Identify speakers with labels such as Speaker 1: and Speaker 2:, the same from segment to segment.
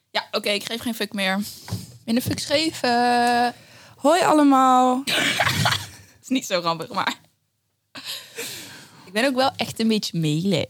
Speaker 1: Ja, oké, ik geef geen fuck meer. Minder fucks geven.
Speaker 2: Hoi allemaal.
Speaker 1: Het is niet zo grappig, maar... Ik ben ook wel echt een beetje melig.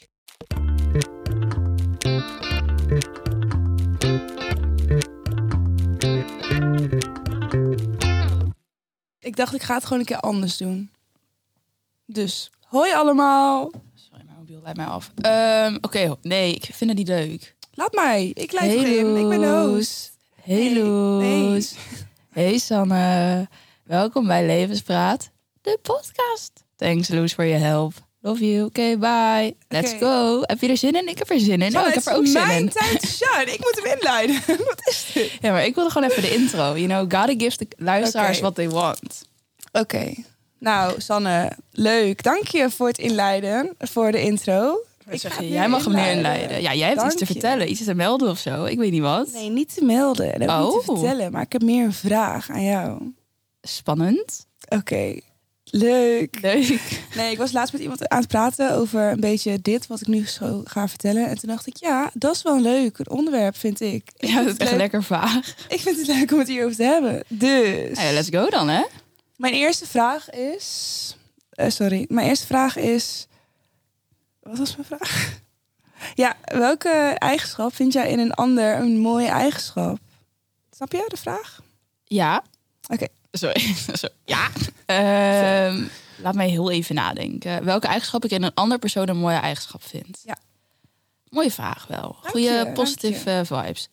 Speaker 2: Ik dacht, ik ga het gewoon een keer anders doen. Dus, hoi allemaal.
Speaker 1: Sorry, mijn mobiel leidt mij af. Oké, nee, ik vind het niet leuk.
Speaker 2: Laat mij. Ik leid erin. Ik ben de host.
Speaker 1: Hey Loes. Hey Sanne. Welkom bij Levenspraat, de podcast. Thanks Loes voor je help. Love you. Oké, bye. Let's go. Heb je er zin in? Ik heb er zin in.
Speaker 2: Sanne,
Speaker 1: ik heb er ook zin in.
Speaker 2: het is mijn tijd te shine. Ik moet hem inleiden. Wat is dit?
Speaker 1: Ja, maar ik wilde gewoon even de intro. You know, gotta give the luisteraars what they want.
Speaker 2: Oké. Nou, Sanne, leuk. Dank je voor het inleiden. Voor de intro.
Speaker 1: Jij mag hem nu inleiden. Ja, jij hebt
Speaker 2: Dank
Speaker 1: iets te
Speaker 2: je.
Speaker 1: vertellen. Iets te melden of zo. Ik weet niet wat.
Speaker 2: Nee, niet te melden. En ook niet te vertellen. Maar ik heb meer een vraag aan jou.
Speaker 1: Spannend.
Speaker 2: Oké. Leuk.
Speaker 1: Leuk.
Speaker 2: Nee, ik was laatst met iemand aan het praten over een beetje dit wat ik nu zo ga vertellen. En toen dacht ik, ja, dat is wel een leuk onderwerp, vind ik.
Speaker 1: Ja, dat is echt lekker vaag.
Speaker 2: Ik vind het leuk om het hierover te hebben. Dus.
Speaker 1: Ja, let's go dan, hè?
Speaker 2: Mijn eerste vraag is... Mijn eerste vraag is... Wat was mijn vraag? Ja, welke eigenschap vind jij in een ander een mooie eigenschap? Snap je de vraag?
Speaker 1: Ja.
Speaker 2: Oké.
Speaker 1: Sorry. Ja. Laat mij heel even nadenken. Welke eigenschap ik in een ander persoon een mooie eigenschap vind?
Speaker 2: Ja.
Speaker 1: Mooie vraag wel.
Speaker 2: Dank
Speaker 1: Goeie
Speaker 2: je,
Speaker 1: positieve vibes.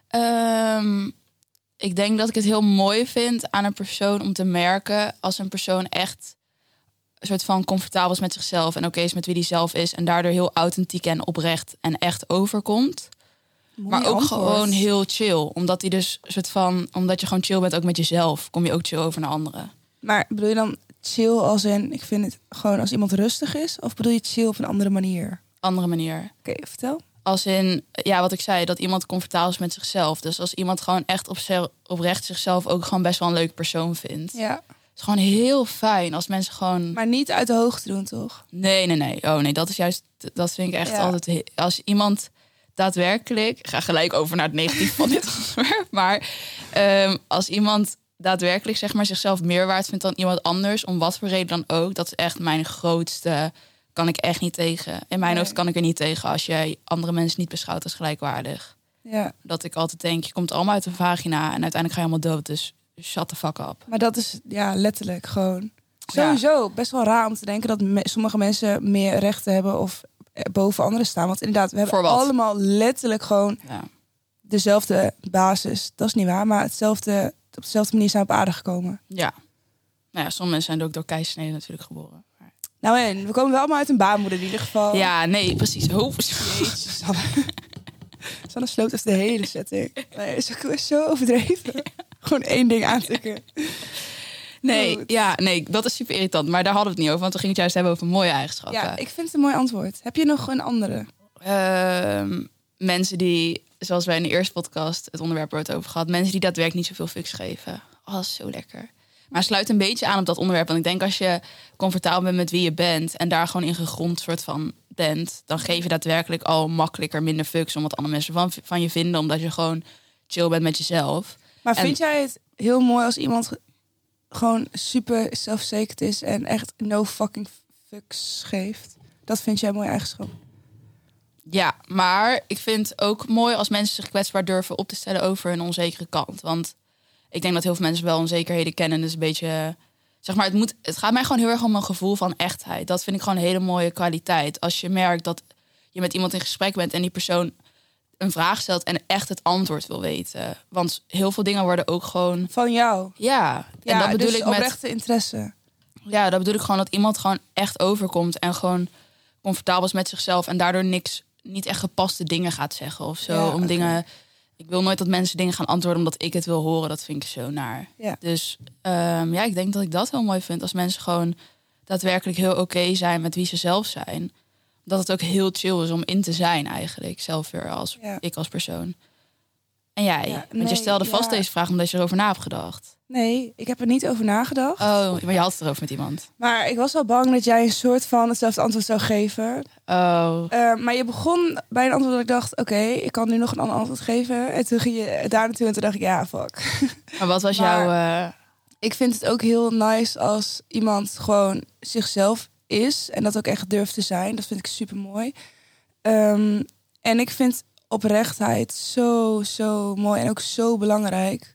Speaker 1: Ik denk dat ik het heel mooi vind aan een persoon om te merken als een persoon echt een soort van comfortabel is met zichzelf en oké is met wie die zelf is en daardoor heel authentiek en oprecht en echt overkomt.
Speaker 2: Mooi
Speaker 1: Maar ook
Speaker 2: antwoord.
Speaker 1: gewoon heel chill. Omdat hij dus een soort van, omdat je gewoon chill bent ook met jezelf, kom je ook chill over naar anderen.
Speaker 2: Maar bedoel je dan chill als in... Ik vind het gewoon als iemand rustig is? Of bedoel je chill op een andere manier?
Speaker 1: Andere manier.
Speaker 2: Oké, vertel.
Speaker 1: Als in, ja, wat ik zei, dat iemand comfortabel is met zichzelf. Dus als iemand gewoon echt oprecht zichzelf ook gewoon best wel een leuke persoon vindt.
Speaker 2: Ja.
Speaker 1: Het is gewoon heel fijn als mensen gewoon...
Speaker 2: Maar niet uit de hoogte doen, toch?
Speaker 1: Nee. Oh nee, dat is juist, dat vind ik echt
Speaker 2: Ja.
Speaker 1: altijd... Als iemand daadwerkelijk... Ik ga gelijk over naar het negatief van dit onderwerp. Maar als iemand daadwerkelijk zeg maar zichzelf meer waard vindt dan iemand anders, om wat voor reden dan ook, dat is echt mijn grootste... Kan ik echt niet tegen. In mijn hoofd kan ik er niet tegen als jij andere mensen niet beschouwt als gelijkwaardig.
Speaker 2: Ja.
Speaker 1: Dat ik altijd denk, je komt allemaal uit een vagina en uiteindelijk ga je helemaal dood. Dus shut the fuck up.
Speaker 2: Maar dat is ja letterlijk gewoon...
Speaker 1: Ja.
Speaker 2: Sowieso best wel raar om te denken dat sommige mensen meer rechten hebben of boven anderen staan. Want inderdaad, we hebben
Speaker 1: Voor wat?
Speaker 2: allemaal letterlijk gewoon
Speaker 1: Ja.
Speaker 2: dezelfde basis. Dat is niet waar, maar hetzelfde, op dezelfde manier zijn we op aarde gekomen.
Speaker 1: Ja. Nou ja, sommige mensen zijn ook door keizersnede natuurlijk geboren. Maar...
Speaker 2: Nou en, we komen wel allemaal uit een baarmoeder in ieder geval.
Speaker 1: Ja, nee, precies.
Speaker 2: Jezus, Sanne. Sanne sloot echt de hele setting. Nee, is zo overdreven. Gewoon één ding aantikken.
Speaker 1: Nee,
Speaker 2: Goed.
Speaker 1: ja, nee, dat is super irritant. Maar daar hadden we het niet over, want we gingen het juist hebben over mooie eigenschappen.
Speaker 2: Ja, ik vind het een mooi antwoord. Heb je nog een andere?
Speaker 1: Mensen die, zoals wij in de eerste podcast het onderwerp hebben over gehad, mensen die daadwerkelijk niet zoveel fucks geven. Oh, dat is zo lekker. Maar het sluit een beetje aan op dat onderwerp. Want ik denk als je comfortabel bent met wie je bent en daar gewoon in gegrond soort van bent, dan geef je daadwerkelijk al makkelijker minder fucks om wat andere mensen van je vinden, omdat je gewoon chill bent met jezelf.
Speaker 2: Maar
Speaker 1: En-
Speaker 2: vind jij het heel mooi als iemand gewoon super zelfverzekerd is en echt no fucking fucks geeft? Dat vind jij een mooie eigenschap.
Speaker 1: Ja, maar ik vind ook mooi als mensen zich kwetsbaar durven op te stellen over hun onzekere kant. Want ik denk dat heel veel mensen wel onzekerheden kennen. Dus een beetje, zeg maar, het gaat mij gewoon heel erg om een gevoel van echtheid. Dat vind ik gewoon een hele mooie kwaliteit. Als je merkt dat je met iemand in gesprek bent en die persoon een vraag stelt en echt het antwoord wil weten. Want heel veel dingen worden ook gewoon...
Speaker 2: Van jou.
Speaker 1: Ja, en
Speaker 2: Ja,
Speaker 1: dat bedoel
Speaker 2: dus
Speaker 1: ik met...
Speaker 2: oprechte interesse.
Speaker 1: Ja, dat bedoel ik gewoon dat iemand gewoon echt overkomt en gewoon comfortabel is met zichzelf en daardoor niet echt gepaste dingen gaat zeggen of zo.
Speaker 2: Ja,
Speaker 1: om
Speaker 2: oké.
Speaker 1: dingen. Ik wil nooit dat mensen dingen gaan antwoorden omdat ik het wil horen. Dat vind ik zo naar.
Speaker 2: Ja.
Speaker 1: Dus ja, ik denk dat ik dat heel mooi vind als mensen gewoon daadwerkelijk heel oké zijn met wie ze zelf zijn. Dat het ook heel chill is om in te zijn eigenlijk, zelf weer als
Speaker 2: Ja.
Speaker 1: ik als persoon. En jij?
Speaker 2: Ja,
Speaker 1: Want je stelde vast deze vraag omdat je erover na hebt gedacht.
Speaker 2: Nee, ik heb er niet over nagedacht.
Speaker 1: Oh, maar je had het erover met iemand.
Speaker 2: Maar ik was wel bang dat jij een soort van hetzelfde antwoord zou geven.
Speaker 1: Oh.
Speaker 2: Maar je begon bij een antwoord dat ik dacht... oké, ik kan nu nog een ander antwoord geven. En toen ging je daar naartoe en toen dacht ik, ja, fuck.
Speaker 1: Maar wat was jouw...
Speaker 2: Ik vind het ook heel nice als iemand gewoon zichzelf is. En dat ook echt durft te zijn. Dat vind ik super mooi. En ik vind oprechtheid zo mooi. En ook zo belangrijk.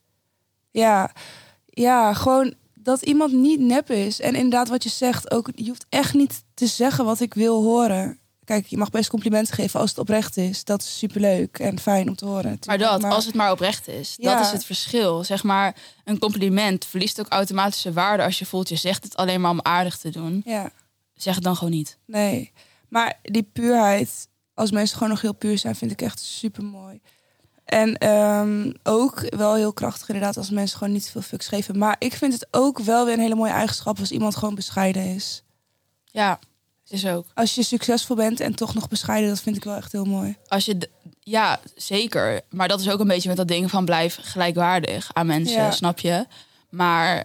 Speaker 2: Ja, gewoon dat iemand niet nep is. En inderdaad wat je zegt, ook, je hoeft echt niet te zeggen wat ik wil horen. Kijk, je mag best complimenten geven als het oprecht is. Dat is superleuk en fijn om te horen.
Speaker 1: Maar als het maar oprecht is, dat is het verschil. Zeg maar, een compliment verliest ook automatische waarde als je voelt, je zegt het alleen maar om aardig te doen.
Speaker 2: Ja.
Speaker 1: Zeg het dan gewoon niet.
Speaker 2: Nee, maar die puurheid, als mensen gewoon nog heel puur zijn, vind ik echt super mooi. En ook wel heel krachtig inderdaad als mensen gewoon niet veel fucks geven. Maar ik vind het ook wel weer een hele mooie eigenschap als iemand gewoon bescheiden is.
Speaker 1: Ja, is ook.
Speaker 2: Als je succesvol bent en toch nog bescheiden, dat vind ik wel echt heel mooi.
Speaker 1: Ja, zeker. Maar dat is ook een beetje met dat ding van blijf gelijkwaardig aan mensen, snap je? Maar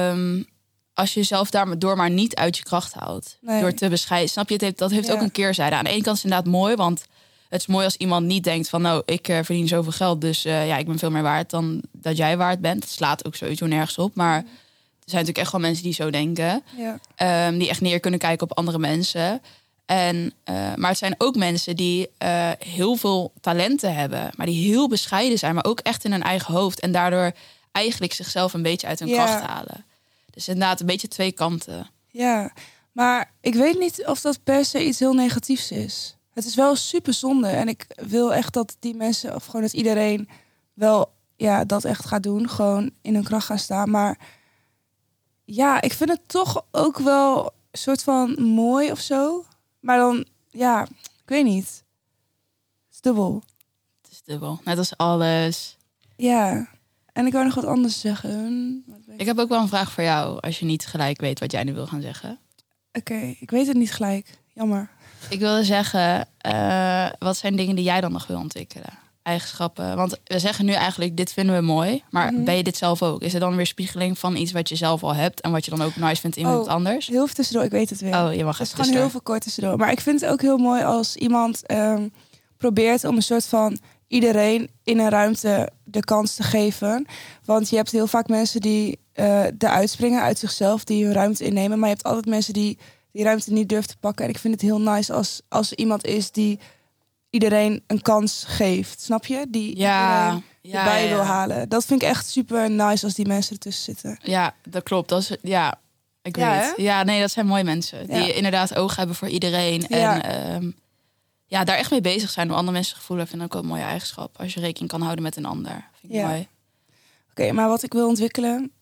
Speaker 1: als je jezelf daardoor maar niet uit je kracht houdt, door te bescheiden, snap je? Dat heeft ook een keerzijde. Aan de ene kant is het inderdaad mooi, want het is mooi als iemand niet denkt van, nou, ik verdien zoveel geld, dus ik ben veel meer waard dan dat jij waard bent. Dat slaat ook sowieso nergens op, maar er zijn natuurlijk echt wel mensen die zo denken. Ja. Die echt neer kunnen kijken op andere mensen. Maar het zijn ook mensen die heel veel talenten hebben, maar die heel bescheiden zijn, maar ook echt in hun eigen hoofd. En daardoor eigenlijk zichzelf een beetje uit hun kracht halen. Dus inderdaad, een beetje twee kanten. Ja,
Speaker 2: maar ik weet niet of dat per se iets heel negatiefs is. Het is wel super zonde. En ik wil echt dat die mensen, of gewoon dat iedereen wel dat echt gaat doen. Gewoon in hun kracht gaan staan. Maar ja, ik vind het toch ook wel een soort van mooi of zo. Maar dan, ik weet niet. Het is dubbel.
Speaker 1: Het is dubbel, net als alles.
Speaker 2: Ja, en ik wou nog wat anders zeggen.
Speaker 1: Ik heb ook wel een vraag voor jou, als je niet gelijk weet wat jij nu wil gaan zeggen.
Speaker 2: Oké, ik weet het niet gelijk. Jammer.
Speaker 1: Ik wilde zeggen, wat zijn dingen die jij dan nog wil ontwikkelen? Eigenschappen. Want we zeggen nu eigenlijk, dit vinden we mooi. Maar ben je dit zelf ook? Is er dan weer spiegeling van iets wat je zelf al hebt en wat je dan ook nice vindt in iemand anders?
Speaker 2: Heel veel tussendoor, ik weet het weer.
Speaker 1: Oh, je mag
Speaker 2: het is gewoon heel veel kort tussendoor. Maar ik vind het ook heel mooi als iemand probeert om een soort van iedereen in een ruimte de kans te geven. Want je hebt heel vaak mensen die eruit springen uit zichzelf, die hun ruimte innemen. Maar je hebt altijd mensen die ruimte niet durft te pakken. En ik vind het heel nice als er iemand is die iedereen een kans geeft. Snap je? Die iedereen erbij wil halen. Dat vind ik echt super nice als die mensen ertussen zitten. Ja,
Speaker 1: dat klopt. Dat is, ik weet.
Speaker 2: Hè?
Speaker 1: Ja, nee, dat zijn mooie mensen. Die inderdaad oog hebben voor iedereen. Ja. En daar echt mee bezig zijn. Hoe andere mensen gevoel hebben, vind ik ook een mooie eigenschap. Als je rekening kan houden met een ander. Vind ik mooi.
Speaker 2: Oké, maar wat ik wil ontwikkelen...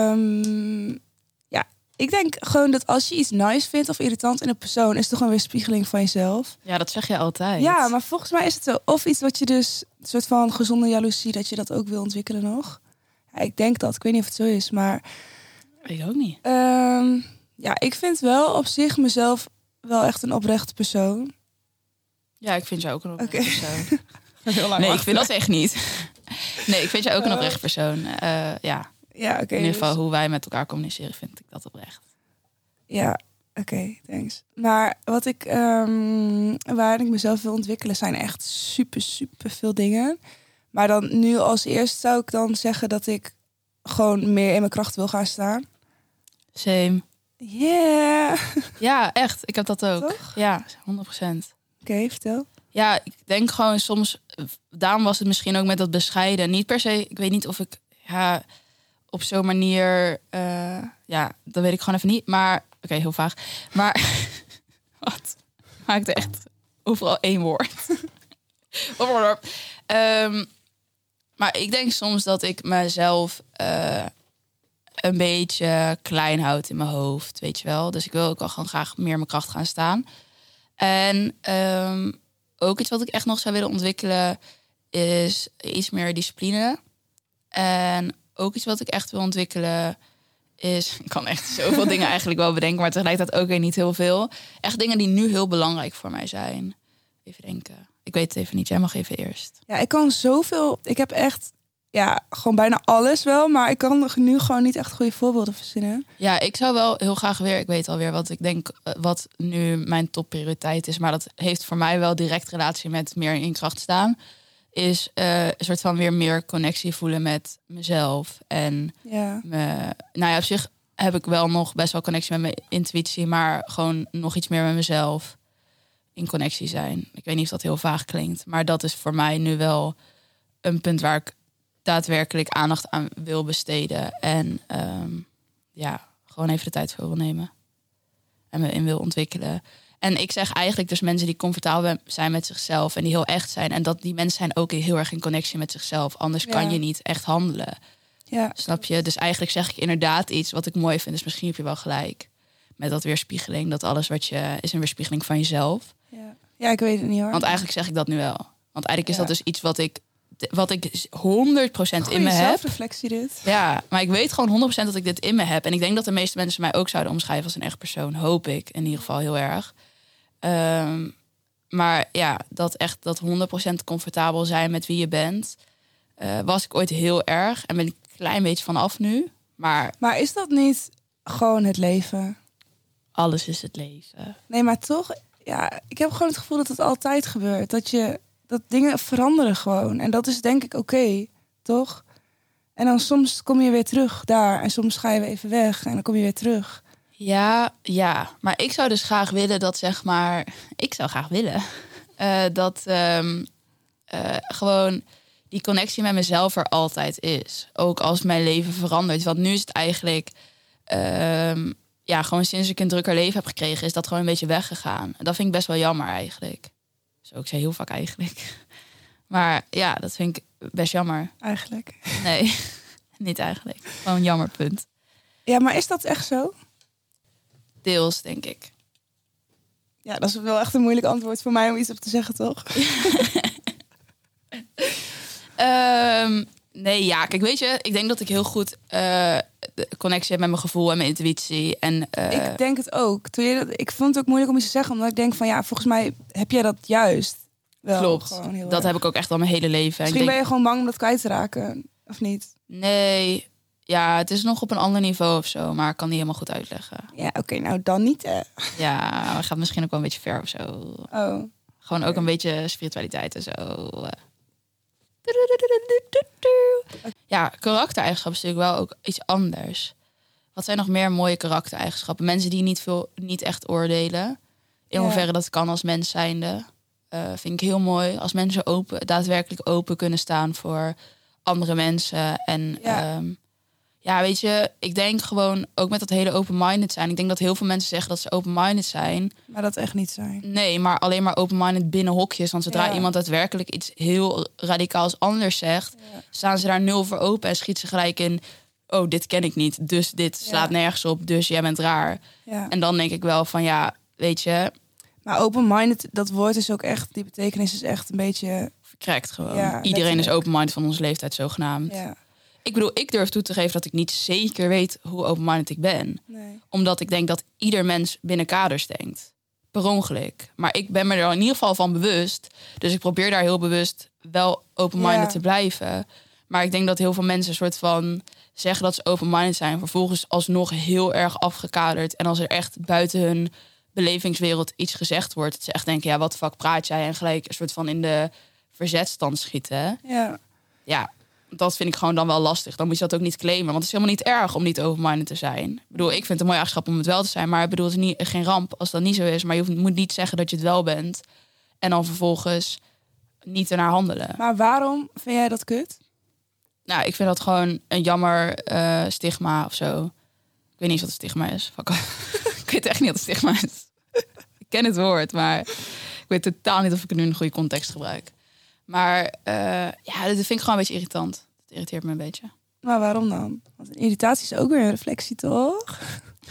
Speaker 2: ik denk gewoon dat als je iets nice vindt of irritant in een persoon, is het toch gewoon weer spiegeling van jezelf.
Speaker 1: Ja, dat zeg je altijd.
Speaker 2: Ja, maar volgens mij is het wel of iets wat je dus een soort van gezonde jaloezie, dat je dat ook wil ontwikkelen nog. Ja, ik denk dat. Ik weet niet of het zo is, maar
Speaker 1: ik ook niet.
Speaker 2: Ik vind wel op zich mezelf wel echt een oprechte persoon.
Speaker 1: Ja, ik vind jou ook een oprechte persoon. Heel lang nee, ik vind dat echt niet. Nee, ik vind jou ook een oprechte persoon.
Speaker 2: Ja, oké.
Speaker 1: In ieder geval hoe wij met elkaar communiceren, vind ik dat oprecht.
Speaker 2: Ja, oké, thanks. Maar wat ik, waar ik mezelf wil ontwikkelen, zijn echt super veel dingen. Maar dan nu als eerst zou ik dan zeggen dat ik gewoon meer in mijn kracht wil gaan staan.
Speaker 1: Same.
Speaker 2: Yeah.
Speaker 1: Ja, echt. Ik heb dat ook.
Speaker 2: Toch?
Speaker 1: Ja, 100%.
Speaker 2: Oké, vertel.
Speaker 1: Ja, ik denk gewoon soms, daarom was het misschien ook met dat bescheiden. Niet per se, ik weet niet of ik op zo'n manier, dat weet ik gewoon even niet. Maar, oké, heel vaag. Maar, wat? Maakte echt overal één woord. Maar ik denk soms dat ik mezelf een beetje klein houd in mijn hoofd, weet je wel. Dus ik wil ook wel gewoon graag meer in mijn kracht gaan staan. En ook iets wat ik echt nog zou willen ontwikkelen is iets meer discipline. En ook iets wat ik echt wil ontwikkelen is... Ik kan echt zoveel dingen eigenlijk wel bedenken, maar tegelijkertijd ook weer niet heel veel. Echt dingen die nu heel belangrijk voor mij zijn. Even denken. Ik weet het even niet. Jij mag even eerst.
Speaker 2: Ja, ik kan zoveel... Ik heb echt, gewoon bijna alles wel. Maar ik kan nu gewoon niet echt goede voorbeelden verzinnen.
Speaker 1: Ja, ik zou wel heel graag weer... Ik weet alweer wat ik denk, wat nu mijn topprioriteit is. Maar dat heeft voor mij wel direct relatie met meer in kracht staan. Is een soort van weer meer connectie voelen met mezelf. En op zich heb ik wel nog best wel connectie met mijn intuïtie. Maar gewoon nog iets meer met mezelf in connectie zijn. Ik weet niet of dat heel vaag klinkt. Maar dat is voor mij nu wel een punt waar ik daadwerkelijk aandacht aan wil besteden. En gewoon even de tijd voor wil nemen. En me in wil ontwikkelen. En ik zeg eigenlijk dus mensen die comfortabel zijn met zichzelf en die heel echt zijn. En dat die mensen zijn ook heel erg in connectie met zichzelf. Anders kan je niet echt handelen. Ja. Snap je? Dus eigenlijk zeg ik inderdaad iets wat ik mooi vind. Dus misschien heb je wel gelijk. Met dat weerspiegeling. Dat alles wat je is een weerspiegeling van jezelf.
Speaker 2: Ja, ik weet het niet hoor.
Speaker 1: Want eigenlijk zeg ik dat nu wel. Want eigenlijk is dat dus iets wat ik 100% in me heb.
Speaker 2: Zelfreflectie dit.
Speaker 1: Ja, maar ik weet gewoon 100% dat ik dit in me heb. En ik denk dat de meeste mensen mij ook zouden omschrijven als een echt persoon. Hoop ik in ieder geval heel erg. Maar ja, dat 100% comfortabel zijn met wie je bent... was ik ooit heel erg. En ben ik een klein beetje vanaf nu. Maar
Speaker 2: is dat niet gewoon het leven?
Speaker 1: Alles is het leven.
Speaker 2: Nee, maar toch... Ja, ik heb gewoon het gevoel dat het altijd gebeurt. Dat dingen veranderen gewoon. En dat is denk ik oké, toch? En dan soms kom je weer terug daar. En soms ga je weer even weg. En dan kom je weer terug.
Speaker 1: Ja. Maar ik zou dus graag willen dat, zeg maar... Ik zou graag willen dat gewoon die connectie met mezelf er altijd is. Ook als mijn leven verandert. Want nu is het eigenlijk... gewoon sinds ik een drukker leven heb gekregen... is dat gewoon een beetje weggegaan. Dat vind ik best wel jammer eigenlijk. Zo, ik zei heel vaak eigenlijk. Maar ja, dat vind ik best jammer.
Speaker 2: Eigenlijk?
Speaker 1: Nee, niet eigenlijk. Gewoon jammer, punt.
Speaker 2: Ja, maar is dat echt zo?
Speaker 1: Deels, denk ik.
Speaker 2: Ja, dat is wel echt een moeilijk antwoord voor mij om iets op te zeggen, toch?
Speaker 1: Nee, ja, kijk, weet je, ik denk dat ik heel goed de connectie heb met mijn gevoel en mijn intuïtie. En,
Speaker 2: ik denk het ook. Ik vond het ook moeilijk om iets te zeggen, omdat ik denk van volgens mij heb jij dat juist wel.
Speaker 1: Klopt,
Speaker 2: dat
Speaker 1: erg. Heb ik ook echt al mijn hele leven.
Speaker 2: Misschien ben je gewoon bang om dat kwijt te raken, of niet?
Speaker 1: Nee, ja, het is nog op een ander niveau of zo, maar ik kan niet helemaal goed uitleggen.
Speaker 2: Ja, oké, nou dan niet, hè?
Speaker 1: Ja, het gaat misschien ook wel een beetje ver of zo.
Speaker 2: Oh.
Speaker 1: Gewoon ook een beetje spiritualiteit en zo. Ja, karaktereigenschappen is natuurlijk wel ook iets anders. Wat zijn nog meer mooie karaktereigenschappen? Mensen die niet echt oordelen. In hoeverre dat kan als mens zijnde. Vind ik heel mooi. Als mensen daadwerkelijk open kunnen staan voor andere mensen. En weet je, ik denk gewoon ook met dat hele open-minded zijn. Ik denk dat heel veel mensen zeggen dat ze open-minded zijn.
Speaker 2: Maar dat echt niet zijn.
Speaker 1: Nee, maar alleen maar open-minded binnen hokjes. Want zodra iemand daadwerkelijk iets heel radicaals anders zegt... staan ze daar nul voor open en schieten ze gelijk in... oh, dit ken ik niet, dus dit slaat nergens op, dus jij bent raar. Ja. En dan denk ik wel van, weet je...
Speaker 2: Maar open-minded, dat woord is ook echt... die betekenis is echt een beetje...
Speaker 1: verkrekt gewoon. Ja, iedereen is open-minded van onze leeftijd zogenaamd. Ja. Ik bedoel, ik durf toe te geven dat ik niet zeker weet hoe open-minded ik ben. Nee. Omdat ik denk dat ieder mens binnen kaders denkt. Per ongeluk. Maar ik ben me er in ieder geval van bewust. Dus ik probeer daar heel bewust wel open-minded te blijven. Maar ik denk dat heel veel mensen een soort van zeggen dat ze open-minded zijn. Vervolgens alsnog heel erg afgekaderd. En als er echt buiten hun belevingswereld iets gezegd wordt... dat ze echt denken, wat de fuck praat jij? En gelijk een soort van in de verzetstand schieten. Ja, dat vind ik gewoon dan wel lastig. Dan moet je dat ook niet claimen. Want het is helemaal niet erg om niet open-minded te zijn. Ik bedoel, ik vind het een mooie eigenschap om het wel te zijn. Maar ik bedoel, het is geen ramp als dat niet zo is. Maar je moet niet zeggen dat je het wel bent. En dan vervolgens niet ernaar handelen. Maar
Speaker 2: waarom vind jij dat kut?
Speaker 1: Nou, ik vind dat gewoon een jammer stigma of zo. Ik weet niet wat een stigma is. Ik weet echt niet wat een stigma is. Ik ken het woord, maar ik weet totaal niet of ik het nu in een goede context gebruik. Maar dat vind ik gewoon een beetje irritant. Het irriteert me een beetje.
Speaker 2: Maar waarom dan? Want irritatie is ook weer een reflectie, toch?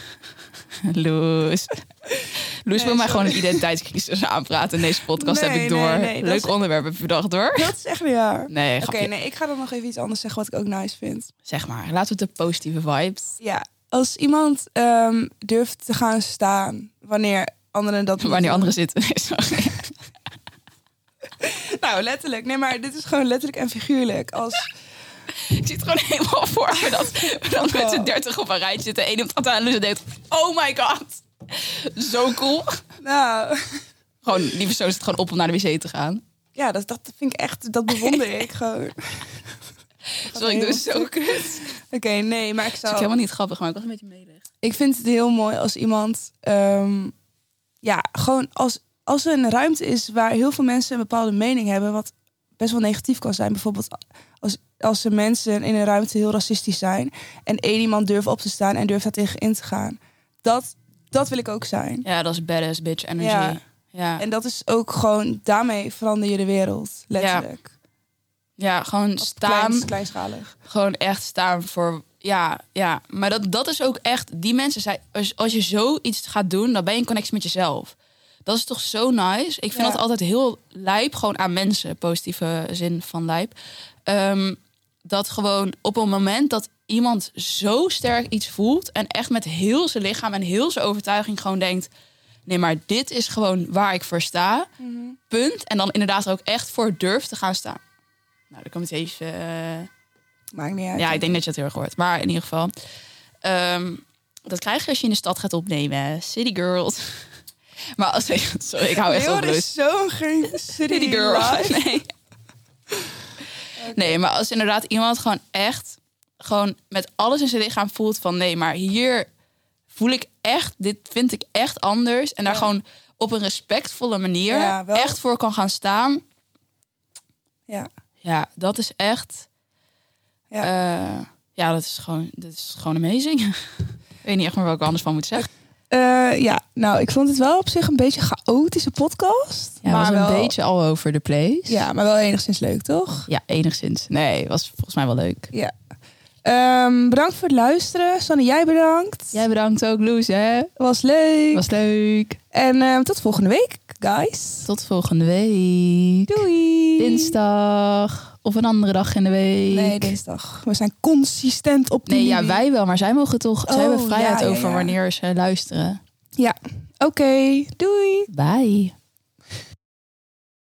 Speaker 1: Loes wil mij gewoon een identiteitscrisis aanpraten in deze podcast, heb ik door. Leuk onderwerp heb je bedacht, hoor.
Speaker 2: Dat is echt niet waar.
Speaker 1: Nee,
Speaker 2: Oké, ik ga dan nog even iets anders zeggen wat ik ook nice vind.
Speaker 1: Zeg maar, laten we de positieve vibes.
Speaker 2: Ja, als iemand durft te gaan staan wanneer anderen dat
Speaker 1: wanneer anderen zitten.
Speaker 2: Nou, letterlijk. Nee, maar dit is gewoon letterlijk en figuurlijk. Als...
Speaker 1: Ik zit gewoon helemaal voor me dat we dan met z'n 30 op een rijtje zitten. Eén op aan en denkt, oh my god. Zo cool.
Speaker 2: Nou...
Speaker 1: Gewoon, die persoon zit gewoon op om naar de wc te gaan.
Speaker 2: Ja, dat vind ik echt... Dat bewonder ik gewoon.
Speaker 1: Sorry, ik doe het zo kut.
Speaker 2: Oké, nee, maar ik zou...
Speaker 1: Dat is ook helemaal niet grappig, maar ik was een beetje meelig.
Speaker 2: Ik vind het heel mooi als iemand... gewoon als er een ruimte is waar heel veel mensen een bepaalde mening hebben... wat best wel negatief kan zijn. Bijvoorbeeld als er mensen in een ruimte heel racistisch zijn... en één iemand durft op te staan en durft daar tegen in te gaan. Dat wil ik ook zijn.
Speaker 1: Ja, dat is badass bitch energy. Ja.
Speaker 2: En dat is ook gewoon... Daarmee verander je de wereld, letterlijk.
Speaker 1: Ja, gewoon staan...
Speaker 2: Kleinschalig.
Speaker 1: Gewoon echt staan voor... Ja. Maar dat is ook echt... Die mensen zijn... Als je zoiets gaat doen, dan ben je in connectie met jezelf. Dat is toch zo nice? Ik vind dat altijd heel lijp. Gewoon aan mensen. Positieve zin van lijp. Dat gewoon op een moment dat iemand zo sterk iets voelt... en echt met heel zijn lichaam en heel zijn overtuiging gewoon denkt... nee, maar dit is gewoon waar ik voor sta. Mm-hmm. Punt. En dan inderdaad er ook echt voor durft te gaan staan. Nou, dan komt het even...
Speaker 2: Maakt niet uit.
Speaker 1: Ja, ik denk dat je het heel erg hoort. Maar in ieder geval... dat krijg je als je in de stad gaat opnemen. City girls. Maar als... Sorry, ik hou echt op.
Speaker 2: Er is zo geen city girl.
Speaker 1: Nee. Nee, maar als inderdaad iemand gewoon echt... gewoon met alles in zijn lichaam voelt van... nee, maar hier voel ik echt... dit vind ik echt anders. En daar gewoon op een respectvolle manier... echt voor kan gaan staan. Ja, dat is echt... dat is gewoon amazing. Ik weet niet echt meer wat ik anders van moet zeggen.
Speaker 2: Nou, ik vond het wel op zich een beetje een chaotische podcast.
Speaker 1: Ja, maar was een beetje all over the place.
Speaker 2: Ja, maar wel enigszins leuk, toch?
Speaker 1: Ja, enigszins. Nee, was volgens mij wel leuk.
Speaker 2: Ja. Bedankt voor het luisteren. Sanne, jij bedankt.
Speaker 1: Jij bedankt ook, Loes, hè?
Speaker 2: Was leuk.
Speaker 1: Was leuk.
Speaker 2: En tot volgende week, guys.
Speaker 1: Tot volgende week.
Speaker 2: Doei.
Speaker 1: Dinsdag. Of een andere dag in de week.
Speaker 2: Nee, dinsdag. We zijn consistent op
Speaker 1: Nee, ja, wij wel. Maar zij mogen toch... zij hebben vrijheid over
Speaker 2: ja.
Speaker 1: wanneer ze luisteren.
Speaker 2: Ja. Oké. Doei.
Speaker 1: Bye.